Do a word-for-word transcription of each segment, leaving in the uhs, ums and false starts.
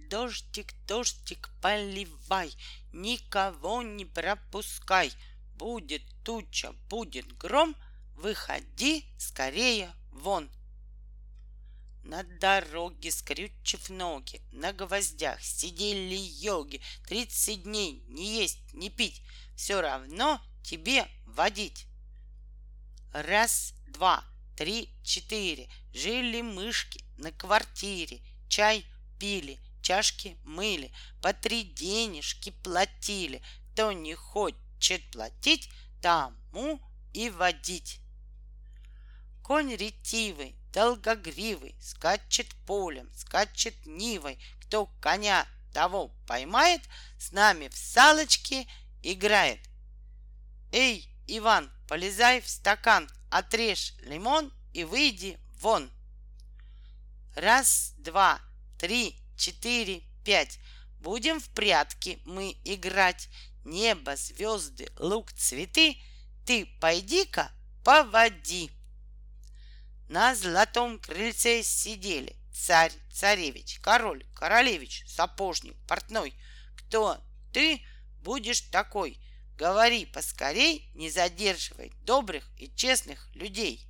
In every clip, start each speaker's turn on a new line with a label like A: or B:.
A: Дождик, дождик, поливай, никого не пропускай. Будет туча, будет гром, выходи скорее вон. На дороге, скрючив ноги, на гвоздях сидели йоги. Тридцать дней не есть, не пить, все равно тебе водить. Раз, два, три, четыре. Жили мышки на квартире. Чай пили, чашки мыли, по три денежки платили. Кто не хочет платить, тому и водить. Конь ретивый, долгогривый, скачет полем, скачет нивой. Кто коня того поймает, с нами в салочки играет. Эй, Иван, полезай в стакан, отрежь лимон и выйди вон. Раз, два, три, четыре, пять. Будем в прятки мы играть. Небо, звезды, лук, цветы. Ты пойди-ка поводи. На золотом крыльце сидели царь, царевич, король, королевич, сапожник, портной. Кто ты будешь такой? Говори поскорей, не задерживай добрых и честных людей.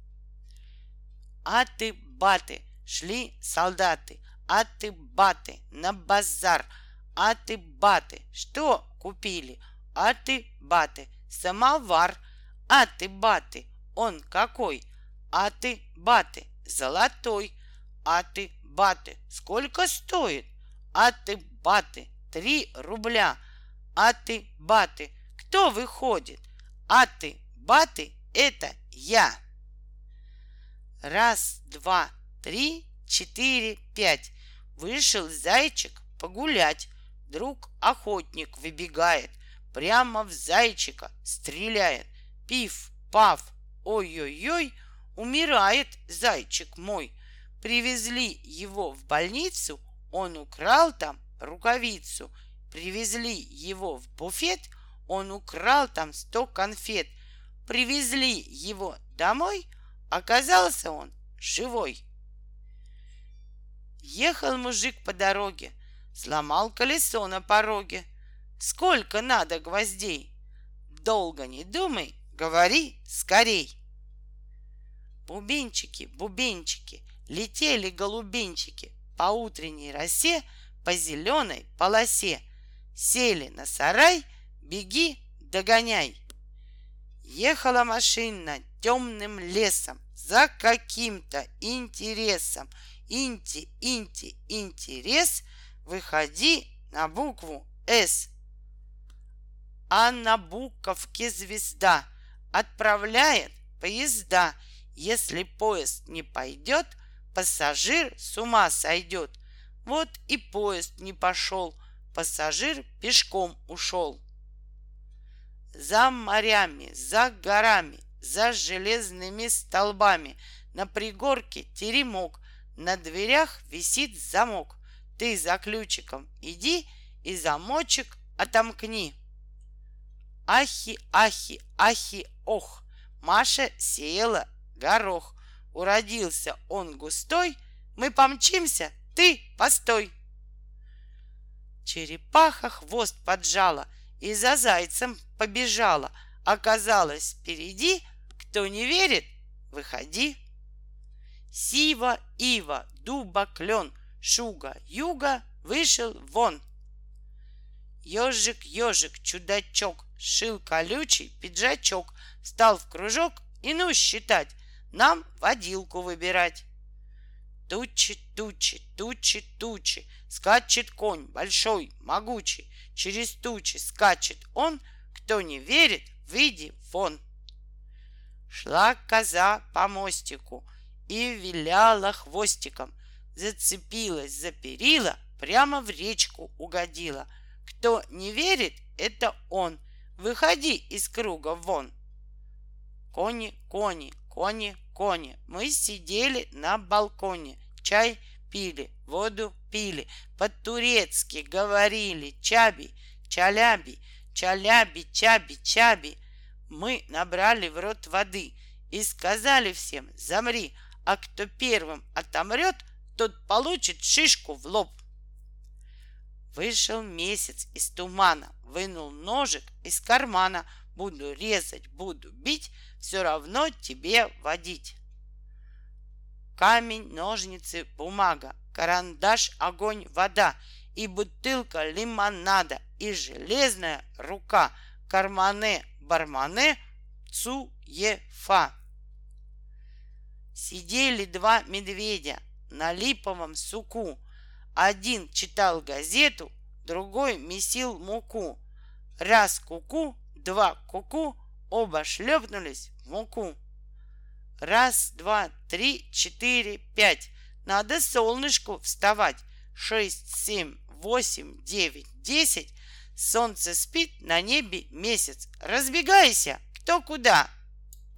A: Аты-баты шли солдаты, аты-баты на базар, аты-баты что купили? Аты-баты самовар, аты-баты он какой? Аты-баты золотой, аты-баты сколько стоит? Аты-баты три рубля, аты-баты кто выходит? Аты-баты это я. Раз, два, три, четыре, пять. Вышел зайчик погулять. Вдруг охотник выбегает, прямо в зайчика стреляет. Пиф-паф, ой-ой-ой, умирает зайчик мой. Привезли его в больницу, он украл там рукавицу. Привезли его в буфет, он украл там сто конфет. Привезли его домой, оказался он живой. Ехал мужик по дороге, сломал колесо на пороге. Сколько надо гвоздей? Долго не думай, говори скорей. Бубенчики, бубенчики, летели голубенчики по утренней росе, по зеленой полосе. Сели на сарай, беги, догоняй. Ехала машина темным лесом за каким-то интересом. Инти, инти, интерес, выходи на букву «С». А на буковке звезда отправляет поезда. Если поезд не пойдет, пассажир с ума сойдет. Вот и поезд не пошел, пассажир пешком ушел. За морями, за горами, за железными столбами на пригорке теремок, на дверях висит замок. Ты за ключиком иди и замочек отомкни. Ахи, ахи, ахи, ох, Маша сеяла горох. Уродился он густой, мы помчимся, ты постой. Черепаха хвост поджала и за зайцем побежала. Оказалось впереди, кто не верит, выходи. Сива, ива, дуба, клен, шуга, юга вышел вон. Ежик, ежик, чудачок, шил колючий пиджачок, встал в кружок и ну считать, нам водилку выбирать. Тучи, тучи, тучи, тучи, скачет конь большой, могучий, через тучи скачет он, кто не верит, выйди вон. Шла коза по мостику и виляла хвостиком, зацепилась за перила, прямо в речку угодила. Кто не верит, это он, выходи из круга вон. Кони, кони, кони, кони, мы сидели на балконе, чай пили, воду пили, по-турецки говорили чаби, чаляби, чаляби, чаби, чаби. Мы набрали в рот воды и сказали всем: замри, а кто первым отомрет, тот получит шишку в лоб. Вышел месяц из тумана, вынул ножик из кармана. Буду резать, буду бить, все равно тебе водить. Камень, ножницы, бумага, карандаш, огонь, вода и бутылка лимонада и железная рука. Кармане, бармане, цуефа. Сидели два медведя на липовом суку. Один читал газету, другой месил муку. Раз куку, два куку, оба шлепнулись в муку. Раз, два, три, четыре, пять. Надо солнышку вставать. Шесть, семь, восемь, девять, десять. Солнце спит, на небе месяц. Разбегайся, кто куда.